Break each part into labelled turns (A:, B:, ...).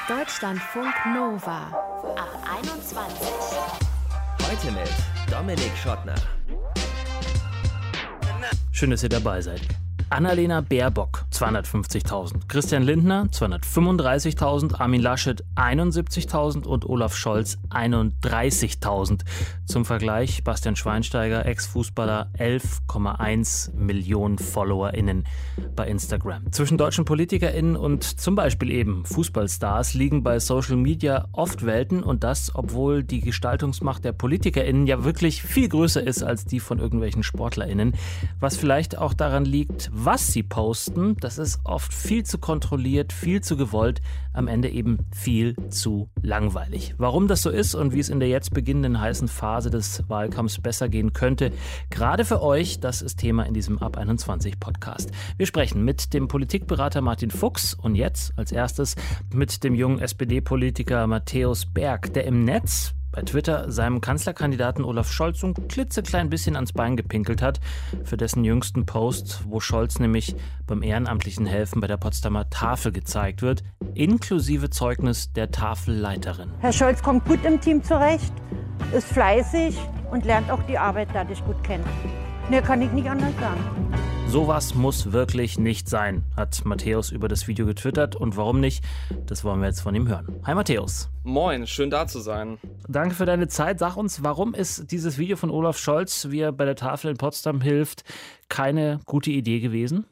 A: Deutschlandfunk Nova ab 21.
B: Heute mit Dominik Schottner.
C: Schön, dass ihr dabei seid. Annalena Baerbock 250.000, Christian Lindner 235.000, Armin Laschet 71.000 und Olaf Scholz 31.000. Zum Vergleich, Bastian Schweinsteiger, Ex-Fußballer, 11,1 Millionen FollowerInnen bei Instagram. Zwischen deutschen PolitikerInnen und zum Beispiel eben Fußballstars liegen bei Social Media oft Welten, und das, obwohl die Gestaltungsmacht der PolitikerInnen ja wirklich viel größer ist als die von irgendwelchen SportlerInnen. Was vielleicht auch daran liegt, was sie posten, das ist oft viel zu kontrolliert, viel zu gewollt, am Ende eben viel zu langweilig. Warum das so ist und wie es in der jetzt beginnenden heißen Phase des Wahlkampfs besser gehen könnte, gerade für euch, das ist Thema in diesem Ab 21 Podcast. Wir sprechen mit dem Politikberater Martin Fuchs und jetzt als erstes mit dem jungen SPD-Politiker Matthäus Berg, der im Netz bei Twitter seinem Kanzlerkandidaten Olaf Scholz so ein klitzeklein bisschen ans Bein gepinkelt hat, für dessen jüngsten Post, wo Scholz nämlich beim ehrenamtlichen Helfen bei der Potsdamer Tafel gezeigt wird, inklusive Zeugnis der Tafelleiterin.
D: Herr Scholz kommt gut im Team zurecht, ist fleißig und lernt auch die Arbeit dadurch gut kennen. Mehr kann ich nicht anders sagen.
C: Sowas muss wirklich nicht sein, hat Matthäus über das Video getwittert. Und warum nicht? Das wollen wir jetzt von ihm hören. Hi Matthäus.
E: Moin, schön da zu sein.
C: Danke für deine Zeit. Sag uns, warum ist dieses Video von Olaf Scholz, wie er bei der Tafel in Potsdam hilft, keine gute Idee gewesen?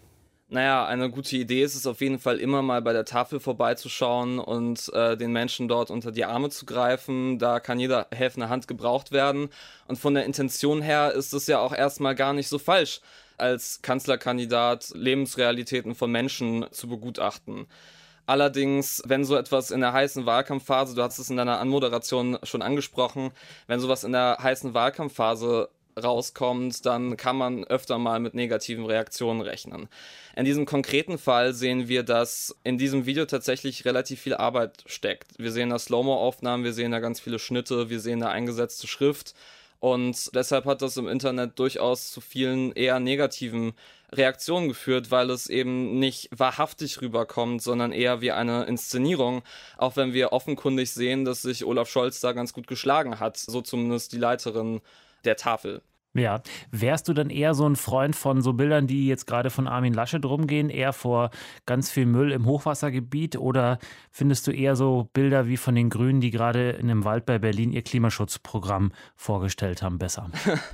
E: Naja, eine gute Idee ist es auf jeden Fall, immer mal bei der Tafel vorbeizuschauen und den Menschen dort unter die Arme zu greifen. Da kann jede helfende Hand gebraucht werden. Und von der Intention her ist es ja auch erstmal gar nicht so falsch, als Kanzlerkandidat Lebensrealitäten von Menschen zu begutachten. Allerdings, wenn so etwas in der heißen Wahlkampfphase, du hast es in deiner Anmoderation schon angesprochen, wenn sowas in der heißen Wahlkampfphase rauskommt, dann kann man öfter mal mit negativen Reaktionen rechnen. In diesem konkreten Fall sehen wir, dass in diesem Video tatsächlich relativ viel Arbeit steckt. Wir sehen da Slow-Mo-Aufnahmen, wir sehen da ganz viele Schnitte, wir sehen da eingesetzte Schrift. Und deshalb hat das im Internet durchaus zu vielen eher negativen Reaktionen geführt, weil es eben nicht wahrhaftig rüberkommt, sondern eher wie eine Inszenierung. Auch wenn wir offenkundig sehen, dass sich Olaf Scholz da ganz gut geschlagen hat, so zumindest die Leiterin der Tafel.
C: Ja, wärst du dann eher so ein Freund von so Bildern, die jetzt gerade von Armin Laschet rumgehen, eher vor ganz viel Müll im Hochwassergebiet, oder findest du eher so Bilder wie von den Grünen, die gerade in einem Wald bei Berlin ihr Klimaschutzprogramm vorgestellt haben, besser?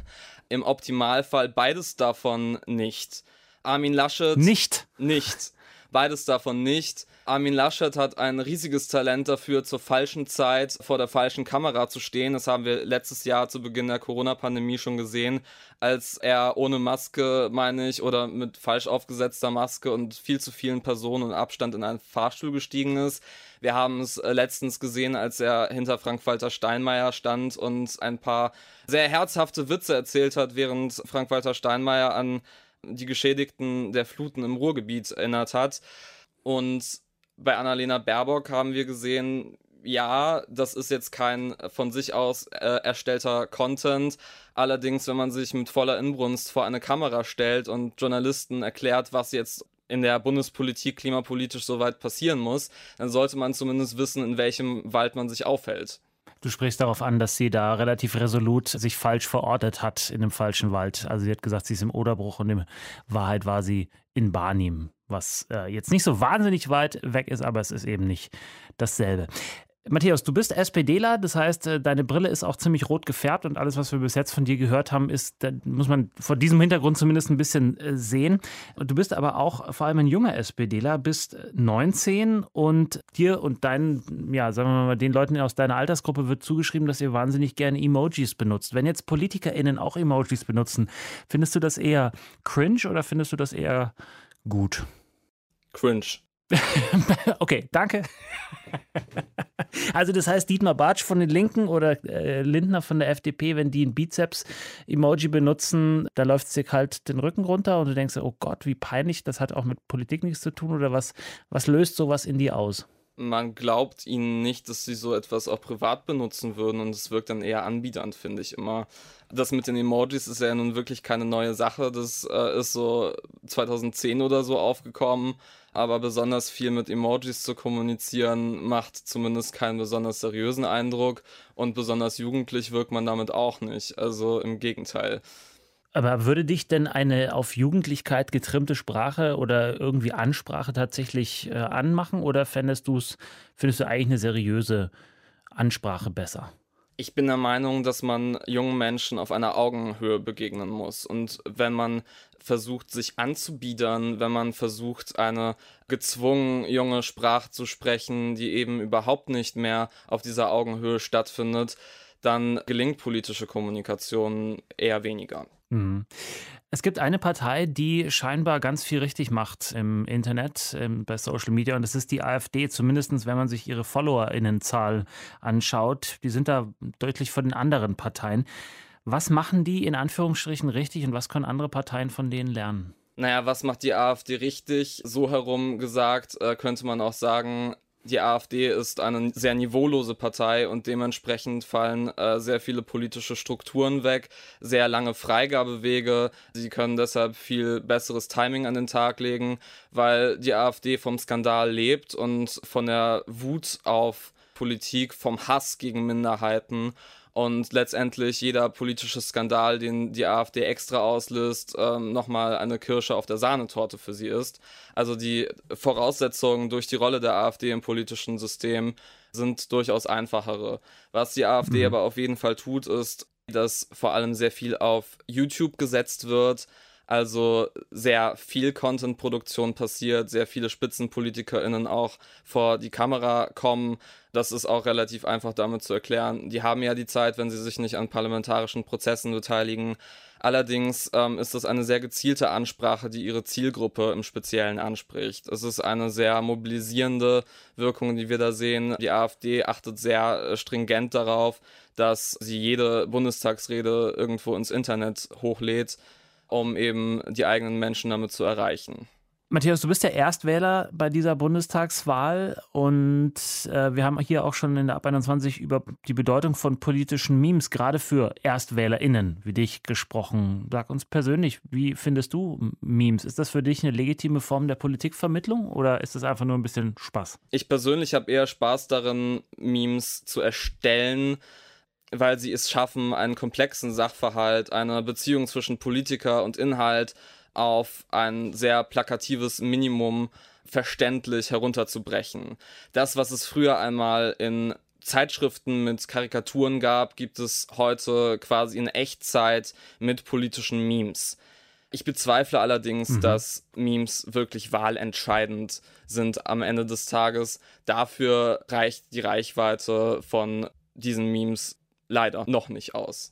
E: Im Optimalfall beides davon nicht. Armin Laschet... Nicht. Beides davon nicht. Armin Laschet hat ein riesiges Talent dafür, zur falschen Zeit vor der falschen Kamera zu stehen. Das haben wir letztes Jahr zu Beginn der Corona-Pandemie schon gesehen, als er ohne Maske, meine ich, oder mit falsch aufgesetzter Maske und viel zu vielen Personen und Abstand in einen Fahrstuhl gestiegen ist. Wir haben es letztens gesehen, als er hinter Frank-Walter Steinmeier stand und ein paar sehr herzhafte Witze erzählt hat, während Frank-Walter Steinmeier an die Geschädigten der Fluten im Ruhrgebiet erinnert hat. Und bei Annalena Baerbock haben wir gesehen, ja, das ist jetzt kein von sich aus erstellter Content. Allerdings, wenn man sich mit voller Inbrunst vor eine Kamera stellt und Journalisten erklärt, was jetzt in der Bundespolitik klimapolitisch soweit passieren muss, dann sollte man zumindest wissen, in welchem Wald man sich aufhält.
C: Du sprichst darauf an, dass sie da relativ resolut sich falsch verortet hat in dem falschen Wald. Also sie hat gesagt, sie ist im Oderbruch, und in Wahrheit war sie in Barnim, was jetzt nicht so wahnsinnig weit weg ist, aber es ist eben nicht dasselbe. Matthäus, du bist SPDler, das heißt, deine Brille ist auch ziemlich rot gefärbt, und alles, was wir bis jetzt von dir gehört haben, da muss man vor diesem Hintergrund zumindest ein bisschen sehen. Du bist aber auch vor allem ein junger SPDler, bist 19, und dir und deinen, ja, sagen wir mal, den Leuten aus deiner Altersgruppe wird zugeschrieben, dass ihr wahnsinnig gerne Emojis benutzt. Wenn jetzt PolitikerInnen auch Emojis benutzen, findest du das eher cringe oder findest du das eher gut?
E: Cringe.
C: Okay, danke. Also das heißt, Dietmar Bartsch von den Linken oder Lindner von der FDP, wenn die ein Bizeps-Emoji benutzen, da läuft es dir kalt den Rücken runter und du denkst, oh Gott, wie peinlich, das hat auch mit Politik nichts zu tun, oder was löst sowas in dir aus?
E: Man glaubt ihnen nicht, dass sie so etwas auch privat benutzen würden, und es wirkt dann eher anbiedernd, finde ich immer. Das mit den Emojis ist ja nun wirklich keine neue Sache, das ist so 2010 oder so aufgekommen. aber besonders viel mit Emojis zu kommunizieren, macht zumindest keinen besonders seriösen Eindruck und besonders jugendlich wirkt man damit auch nicht, also im Gegenteil.
C: Aber würde dich denn eine auf Jugendlichkeit getrimmte Sprache oder irgendwie Ansprache tatsächlich anmachen oder findest du eigentlich eine seriöse Ansprache besser?
E: Ich bin der Meinung, dass man jungen Menschen auf einer Augenhöhe begegnen muss. Und wenn man versucht, sich anzubiedern, wenn man versucht, eine gezwungen junge Sprache zu sprechen, die eben überhaupt nicht mehr auf dieser Augenhöhe stattfindet, dann gelingt politische Kommunikation eher weniger.
C: Mhm. Es gibt eine Partei, die scheinbar ganz viel richtig macht im Internet, bei Social Media, und das ist die AfD, zumindest wenn man sich ihre FollowerInnenzahl anschaut. Die sind da deutlich von den anderen Parteien. Was machen die in Anführungsstrichen richtig und was können andere Parteien von denen lernen?
E: Naja, was macht die AfD richtig? So herum gesagt, könnte man auch sagen, die AfD ist eine sehr niveaulose Partei und dementsprechend fallen sehr viele politische Strukturen weg, sehr lange Freigabewege. Sie können deshalb viel besseres Timing an den Tag legen, weil die AfD vom Skandal lebt und von der Wut auf Politik, vom Hass gegen Minderheiten. Und letztendlich jeder politische Skandal, den die AfD extra auslöst, nochmal eine Kirsche auf der Sahnetorte für sie ist. Also die Voraussetzungen durch die Rolle der AfD im politischen System sind durchaus einfachere. Was die AfD aber auf jeden Fall tut, ist, dass vor allem sehr viel auf YouTube gesetzt wird. Also sehr viel Content-Produktion passiert, sehr viele SpitzenpolitikerInnen auch vor die Kamera kommen. Das ist auch relativ einfach damit zu erklären. Die haben ja die Zeit, wenn sie sich nicht an parlamentarischen Prozessen beteiligen. Allerdings ist es eine sehr gezielte Ansprache, die ihre Zielgruppe im Speziellen anspricht. Es ist eine sehr mobilisierende Wirkung, die wir da sehen. Die AfD achtet sehr stringent darauf, dass sie jede Bundestagsrede irgendwo ins Internet hochlädt, um eben die eigenen Menschen damit zu erreichen.
C: Matthias, du bist ja Erstwähler bei dieser Bundestagswahl und wir haben hier auch schon in der Ab 21 über die Bedeutung von politischen Memes, gerade für ErstwählerInnen wie dich, gesprochen. Sag uns persönlich, wie findest du Memes? Ist das für dich eine legitime Form der Politikvermittlung oder ist das einfach nur ein bisschen Spaß?
E: Ich persönlich habe eher Spaß darin, Memes zu erstellen, weil sie es schaffen, einen komplexen Sachverhalt, eine Beziehung zwischen Politiker und Inhalt auf ein sehr plakatives Minimum verständlich herunterzubrechen. Das, was es früher einmal in Zeitschriften mit Karikaturen gab, gibt es heute quasi in Echtzeit mit politischen Memes. Ich bezweifle allerdings, dass Memes wirklich wahlentscheidend sind am Ende des Tages. Dafür reicht die Reichweite von diesen Memes leider noch nicht aus.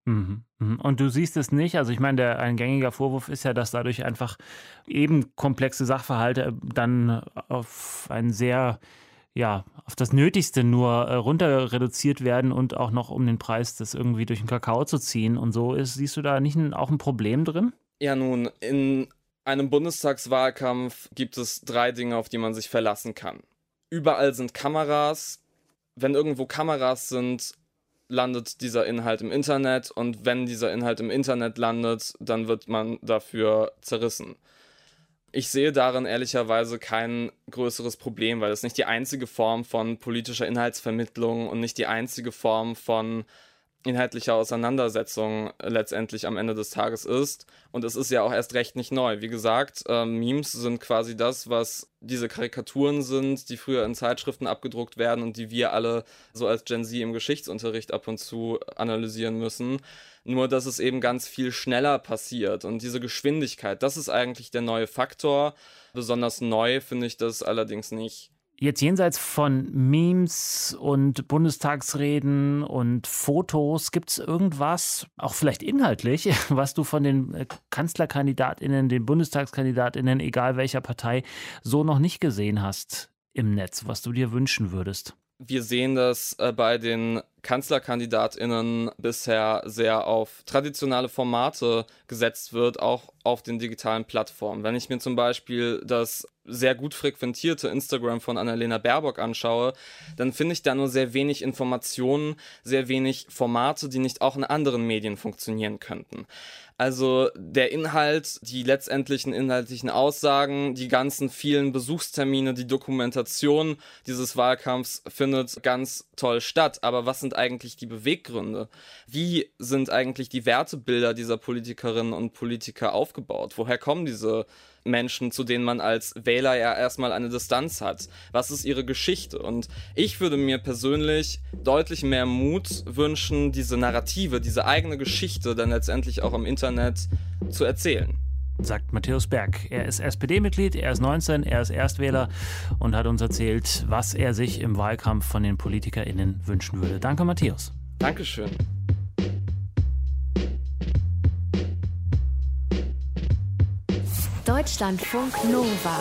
C: Und du siehst es nicht, also ich meine, ein gängiger Vorwurf ist ja, dass dadurch einfach eben komplexe Sachverhalte dann auf ein sehr, auf das Nötigste nur runter reduziert werden und auch noch um den Preis, das irgendwie durch den Kakao zu ziehen und so ist. Siehst du da nicht auch ein Problem drin?
E: Ja nun, in einem Bundestagswahlkampf gibt es 3 Dinge, auf die man sich verlassen kann. Überall sind Kameras. Wenn irgendwo Kameras sind, landet dieser Inhalt im Internet und wenn dieser Inhalt im Internet landet, dann wird man dafür zerrissen. Ich sehe darin ehrlicherweise kein größeres Problem, weil es nicht die einzige Form von politischer Inhaltsvermittlung und nicht die einzige Form von inhaltlicher Auseinandersetzung letztendlich am Ende des Tages ist. Und es ist ja auch erst recht nicht neu. Wie gesagt, Memes sind quasi das, was diese Karikaturen sind, die früher in Zeitschriften abgedruckt werden und die wir alle so als Gen Z im Geschichtsunterricht ab und zu analysieren müssen. Nur, dass es eben ganz viel schneller passiert. Und diese Geschwindigkeit, das ist eigentlich der neue Faktor. Besonders neu finde ich das allerdings nicht.
C: Jetzt jenseits von Memes und Bundestagsreden und Fotos, gibt es irgendwas, auch vielleicht inhaltlich, was du von den KanzlerkandidatInnen, den BundestagskandidatInnen, egal welcher Partei, so noch nicht gesehen hast im Netz, was du dir wünschen würdest?
E: Wir sehen, dass bei den KanzlerkandidatInnen bisher sehr auf traditionelle Formate gesetzt wird, auch auf den digitalen Plattformen. Wenn ich mir zum Beispiel das sehr gut frequentierte Instagram von Annalena Baerbock anschaue, dann finde ich da nur sehr wenig Informationen, sehr wenig Formate, die nicht auch in anderen Medien funktionieren könnten. Also der Inhalt, die letztendlichen inhaltlichen Aussagen, die ganzen vielen Besuchstermine, die Dokumentation dieses Wahlkampfs findet ganz toll statt. Aber was sind eigentlich die Beweggründe? Wie sind eigentlich die Wertebilder dieser Politikerinnen und Politiker aufgebaut? Woher kommen diese Menschen, zu denen man als Wähler ja erstmal eine Distanz hat? Was ist ihre Geschichte? Und ich würde mir persönlich deutlich mehr Mut wünschen, diese Narrative, diese eigene Geschichte dann letztendlich auch im Internet zu erzählen.
C: Sagt Matthäus Berg. Er ist SPD-Mitglied, er ist 19, er ist Erstwähler und hat uns erzählt, was er sich im Wahlkampf von den PolitikerInnen wünschen würde. Danke, Matthäus.
E: Dankeschön.
A: Deutschlandfunk Nova.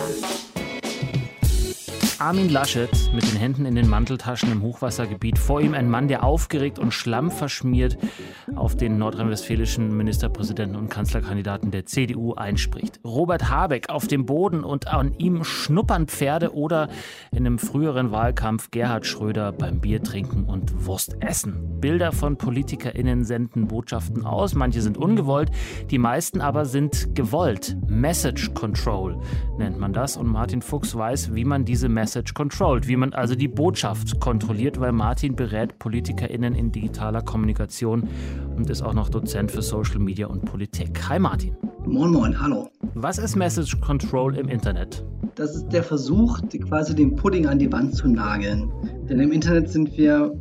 C: Armin Laschet mit den Händen in den Manteltaschen im Hochwassergebiet. Vor ihm ein Mann, der aufgeregt und schlammverschmiert auf den nordrhein-westfälischen Ministerpräsidenten und Kanzlerkandidaten der CDU einspricht. Robert Habeck auf dem Boden und an ihm schnuppern Pferde oder in einem früheren Wahlkampf Gerhard Schröder beim Bier trinken und Wurst essen. Bilder von PolitikerInnen senden Botschaften aus. Manche sind ungewollt, die meisten aber sind gewollt. Message Control nennt man das. Und Martin Fuchs weiß, wie man diese Message controlled, wie man also die Botschaft kontrolliert, weil Martin berät PolitikerInnen in digitaler Kommunikation und ist auch noch Dozent für Social Media und Politik. Hi Martin.
F: Moin Moin, hallo.
C: Was ist Message Control im Internet?
F: Das ist der Versuch, quasi den Pudding an die Wand zu nageln. Denn im Internet sind wir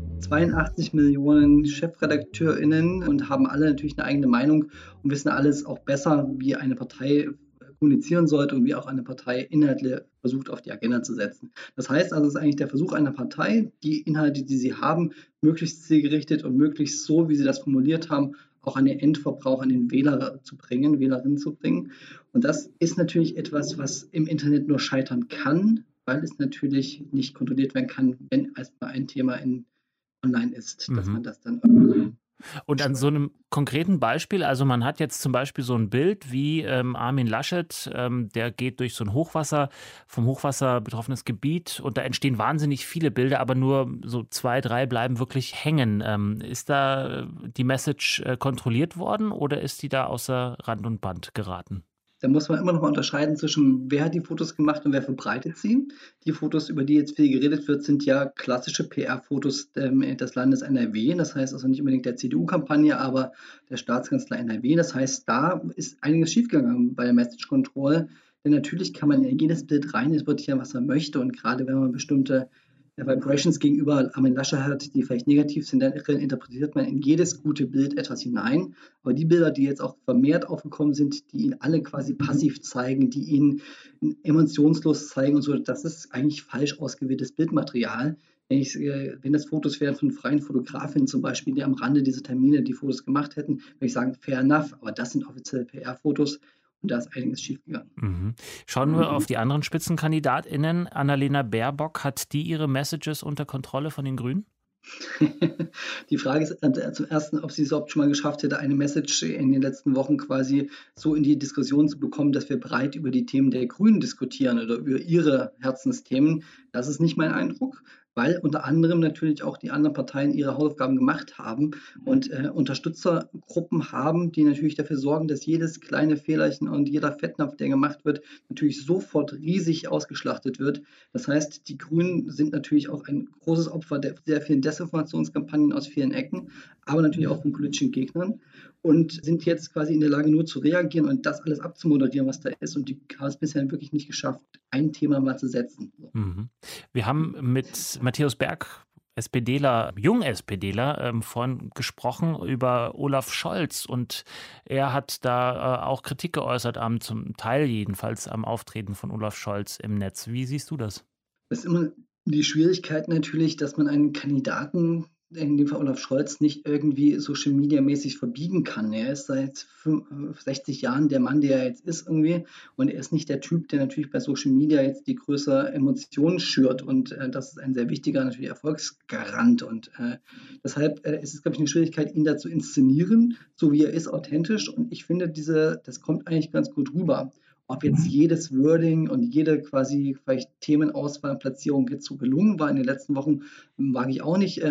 F: 82 Millionen ChefredakteurInnen und haben alle natürlich eine eigene Meinung und wissen alles auch besser, wie eine Partei kommunizieren sollte und wie auch eine Partei Inhalte versucht auf die Agenda zu setzen. Das heißt also, es ist eigentlich der Versuch einer Partei, die Inhalte, die sie haben, möglichst zielgerichtet und möglichst so, wie sie das formuliert haben, auch an den Endverbraucher, an den Wähler zu bringen, Wählerinnen zu bringen. Und das ist natürlich etwas, was im Internet nur scheitern kann, weil es natürlich nicht kontrolliert werden kann, wenn erstmal ein Thema online ist, dass man das dann irgendwie.
C: Und an so einem konkreten Beispiel, also man hat jetzt zum Beispiel so ein Bild wie Armin Laschet, der geht durch so ein vom Hochwasser betroffenes Gebiet und da entstehen wahnsinnig viele Bilder, aber nur so 2, 3 bleiben wirklich hängen. Ist da die Message kontrolliert worden oder ist die da außer Rand und Band geraten?
F: Da muss man immer noch mal unterscheiden zwischen, wer hat die Fotos gemacht und wer verbreitet sie. Die Fotos, über die jetzt viel geredet wird, sind ja klassische PR-Fotos des Landes NRW. Das heißt also nicht unbedingt der CDU-Kampagne, aber der Staatskanzler NRW. Das heißt, da ist einiges schiefgegangen bei der Message Control. Denn natürlich kann man in jedes Bild rein interpretieren, was man möchte. Und gerade wenn man bestimmte Vibrations gegenüber Armin Laschet hat, die vielleicht negativ sind, dann interpretiert man in jedes gute Bild etwas hinein. Aber die Bilder, die jetzt auch vermehrt aufgekommen sind, die ihn alle quasi passiv zeigen, die ihn emotionslos zeigen und so, das ist eigentlich falsch ausgewähltes Bildmaterial. Wenn das Fotos wären von freien Fotografinnen zum Beispiel, die am Rande dieser Termine die Fotos gemacht hätten, würde ich sagen, fair enough. Aber das sind offizielle PR-Fotos. Und da ist einiges schiefgegangen.
C: Schauen wir auf die anderen SpitzenkandidatInnen. Annalena Baerbock, hat die ihre Messages unter Kontrolle von den Grünen?
F: Die Frage ist zum Ersten, ob sie es überhaupt schon mal geschafft hätte, eine Message in den letzten Wochen quasi so in die Diskussion zu bekommen, dass wir breit über die Themen der Grünen diskutieren oder über ihre Herzensthemen. Das ist nicht mein Eindruck, weil unter anderem natürlich auch die anderen Parteien ihre Hausaufgaben gemacht haben und Unterstützergruppen haben, die natürlich dafür sorgen, dass jedes kleine Fehlerchen und jeder Fettnapf, der gemacht wird, natürlich sofort riesig ausgeschlachtet wird. Das heißt, die Grünen sind natürlich auch ein großes Opfer der sehr vielen Desinformationskampagnen aus vielen Ecken, aber natürlich auch von politischen Gegnern und sind jetzt quasi in der Lage, nur zu reagieren und das alles abzumoderieren, was da ist. Und die haben es bisher wirklich nicht geschafft, ein Thema mal zu setzen.
C: Wir haben mit Matthäus Berg, SPDler, Jung-SPDler, vorhin gesprochen über Olaf Scholz und er hat da auch Kritik geäußert, zum Teil jedenfalls am Auftreten von Olaf Scholz im Netz. Wie siehst du das?
F: Das ist immer die Schwierigkeit natürlich, dass man einen Kandidaten, in dem Fall Olaf Scholz, nicht irgendwie Social-Media-mäßig verbiegen kann. Er ist seit 60 Jahren der Mann, der er jetzt ist irgendwie und er ist nicht der Typ, der natürlich bei Social Media jetzt die größere Emotionen schürt und das ist ein sehr wichtiger natürlich Erfolgsgarant und deshalb ist es, glaube ich, eine Schwierigkeit, ihn da zu inszenieren, so wie er ist, authentisch und ich finde, das kommt eigentlich ganz gut rüber. Ob jetzt jedes Wording und jede quasi vielleicht Themenauswahl, Platzierung jetzt so gelungen war in den letzten Wochen, mag ich auch nicht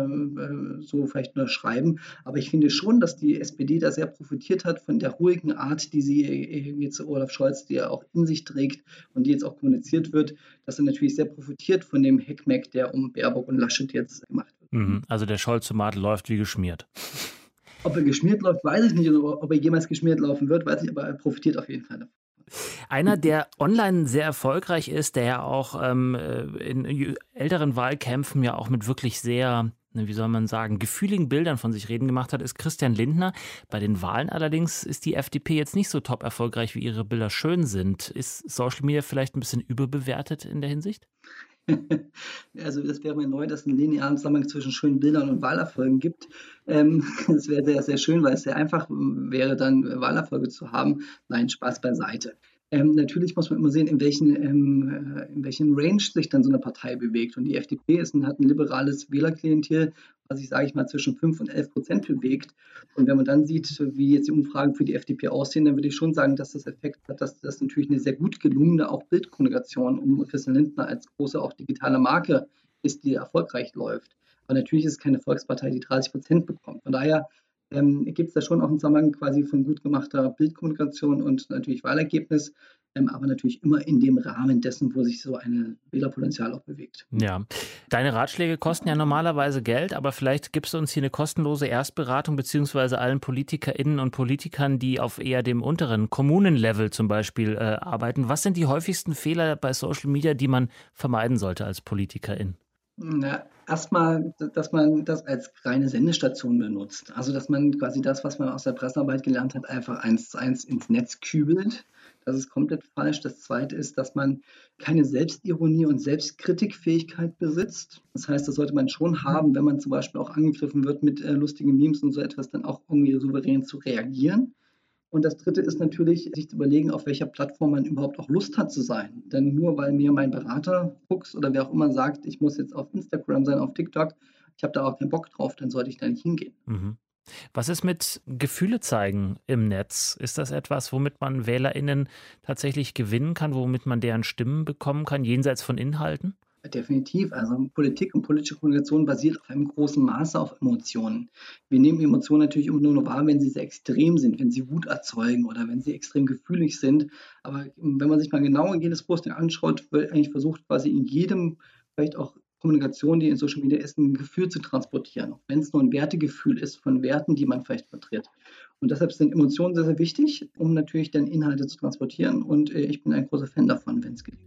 F: so vielleicht unterschreiben. Aber ich finde schon, dass die SPD da sehr profitiert hat von der ruhigen Art, die sie jetzt Olaf Scholz, die er auch in sich trägt und die jetzt auch kommuniziert wird, dass er natürlich sehr profitiert von dem Heckmeck, der um Baerbock und Laschet jetzt gemacht wird.
C: Also der Scholz-Tomat läuft wie geschmiert.
F: Ob er geschmiert läuft, weiß ich nicht. Oder ob er jemals geschmiert laufen wird, weiß ich, aber er profitiert auf jeden Fall davon.
C: Einer, der online sehr erfolgreich ist, der ja auch in älteren Wahlkämpfen ja auch mit wirklich sehr, wie soll man sagen, gefühligen Bildern von sich reden gemacht hat, ist Christian Lindner. Bei den Wahlen allerdings ist die FDP jetzt nicht so top erfolgreich, wie ihre Bilder schön sind. Ist Social Media vielleicht ein bisschen überbewertet in der Hinsicht?
F: Also das wäre mir neu, dass es einen linearen Zusammenhang zwischen schönen Bildern und Wahlerfolgen gibt. Das wäre sehr, sehr schön, weil es sehr einfach wäre, dann Wahlerfolge zu haben. Nein, Spaß beiseite. Natürlich muss man immer sehen, in welchen Range sich dann so eine Partei bewegt. Und die FDP hat ein liberales Wählerklientel, was sich, sage ich mal, zwischen 5% und 11% bewegt. Und wenn man dann sieht, wie jetzt die Umfragen für die FDP aussehen, dann würde ich schon sagen, dass das Effekt hat, dass das natürlich eine sehr gut gelungene auch Bildkommunikation um Christian Lindner als große auch digitale Marke ist, die erfolgreich läuft. Aber natürlich ist es keine Volkspartei, die 30% bekommt. Von daher gibt es da schon auch einen Zusammenhang quasi von gut gemachter Bildkommunikation und natürlich Wahlergebnis, aber natürlich immer in dem Rahmen dessen, wo sich so ein Wählerpotenzial auch bewegt.
C: Ja, deine Ratschläge kosten ja normalerweise Geld, aber vielleicht gibst du uns hier eine kostenlose Erstberatung beziehungsweise allen PolitikerInnen und Politikern, die auf eher dem unteren Kommunenlevel zum Beispiel arbeiten. Was sind die häufigsten Fehler bei Social Media, die man vermeiden sollte als Politikerin?
F: Na, erstmal, dass man das als reine Sendestation benutzt. Also, dass man quasi das, was man aus der Pressearbeit gelernt hat, einfach 1:1 ins Netz kübelt. Das ist komplett falsch. Das Zweite ist, dass man keine Selbstironie und Selbstkritikfähigkeit besitzt. Das heißt, das sollte man schon haben, wenn man zum Beispiel auch angegriffen wird mit lustigen Memes und so etwas, dann auch irgendwie souverän zu reagieren. Und das Dritte ist natürlich, sich zu überlegen, auf welcher Plattform man überhaupt auch Lust hat zu sein. Denn nur weil mir mein Berater, Fuchs oder wer auch immer sagt, ich muss jetzt auf Instagram sein, auf TikTok, ich habe da auch keinen Bock drauf, dann sollte ich da nicht hingehen.
C: Mhm. Was ist mit Gefühle zeigen im Netz? Ist das etwas, womit man WählerInnen tatsächlich gewinnen kann, womit man deren Stimmen bekommen kann, jenseits von Inhalten?
F: Definitiv. Also Politik und politische Kommunikation basiert auf einem großen Maße auf Emotionen. Wir nehmen Emotionen natürlich immer nur wahr, wenn sie sehr extrem sind, wenn sie Wut erzeugen oder wenn sie extrem gefühlig sind. Aber wenn man sich mal genau jedes Posting anschaut, wird eigentlich versucht, quasi in jedem, vielleicht auch Kommunikation, die in Social Media ist, ein Gefühl zu transportieren. Auch wenn es nur ein Wertegefühl ist von Werten, die man vielleicht vertritt. Und deshalb sind Emotionen sehr, sehr wichtig, um natürlich dann Inhalte zu transportieren. Und ich bin ein großer Fan davon, wenn es geht.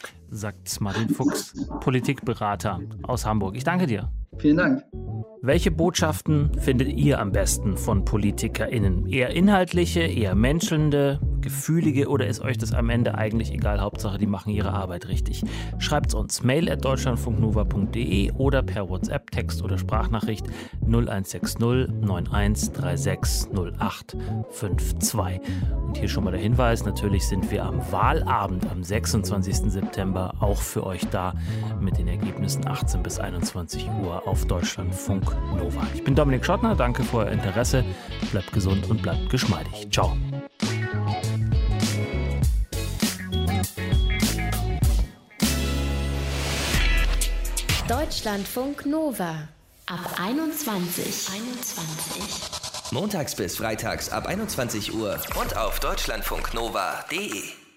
C: Sagt Martin Fuchs, Politikberater aus Hamburg. Ich danke dir.
F: Vielen Dank.
C: Welche Botschaften findet ihr am besten von PolitikerInnen? Eher inhaltliche, eher menschelnde, gefühlige oder ist euch das am Ende eigentlich egal? Hauptsache, die machen ihre Arbeit richtig. Schreibt's uns mail@deutschlandfunknova.de oder per WhatsApp, Text oder Sprachnachricht 0160 9136 0852. Und hier schon mal der Hinweis, natürlich sind wir am Wahlabend am 26. September auch für euch da mit den Ergebnissen 18 bis 21 Uhr auf Deutschlandfunk Nova. Ich bin Dominik Schottner, danke für euer Interesse. Bleibt gesund und bleibt geschmeidig. Ciao.
A: Deutschlandfunk Nova ab 21.
B: Montags bis freitags ab 21 Uhr und auf deutschlandfunknova.de.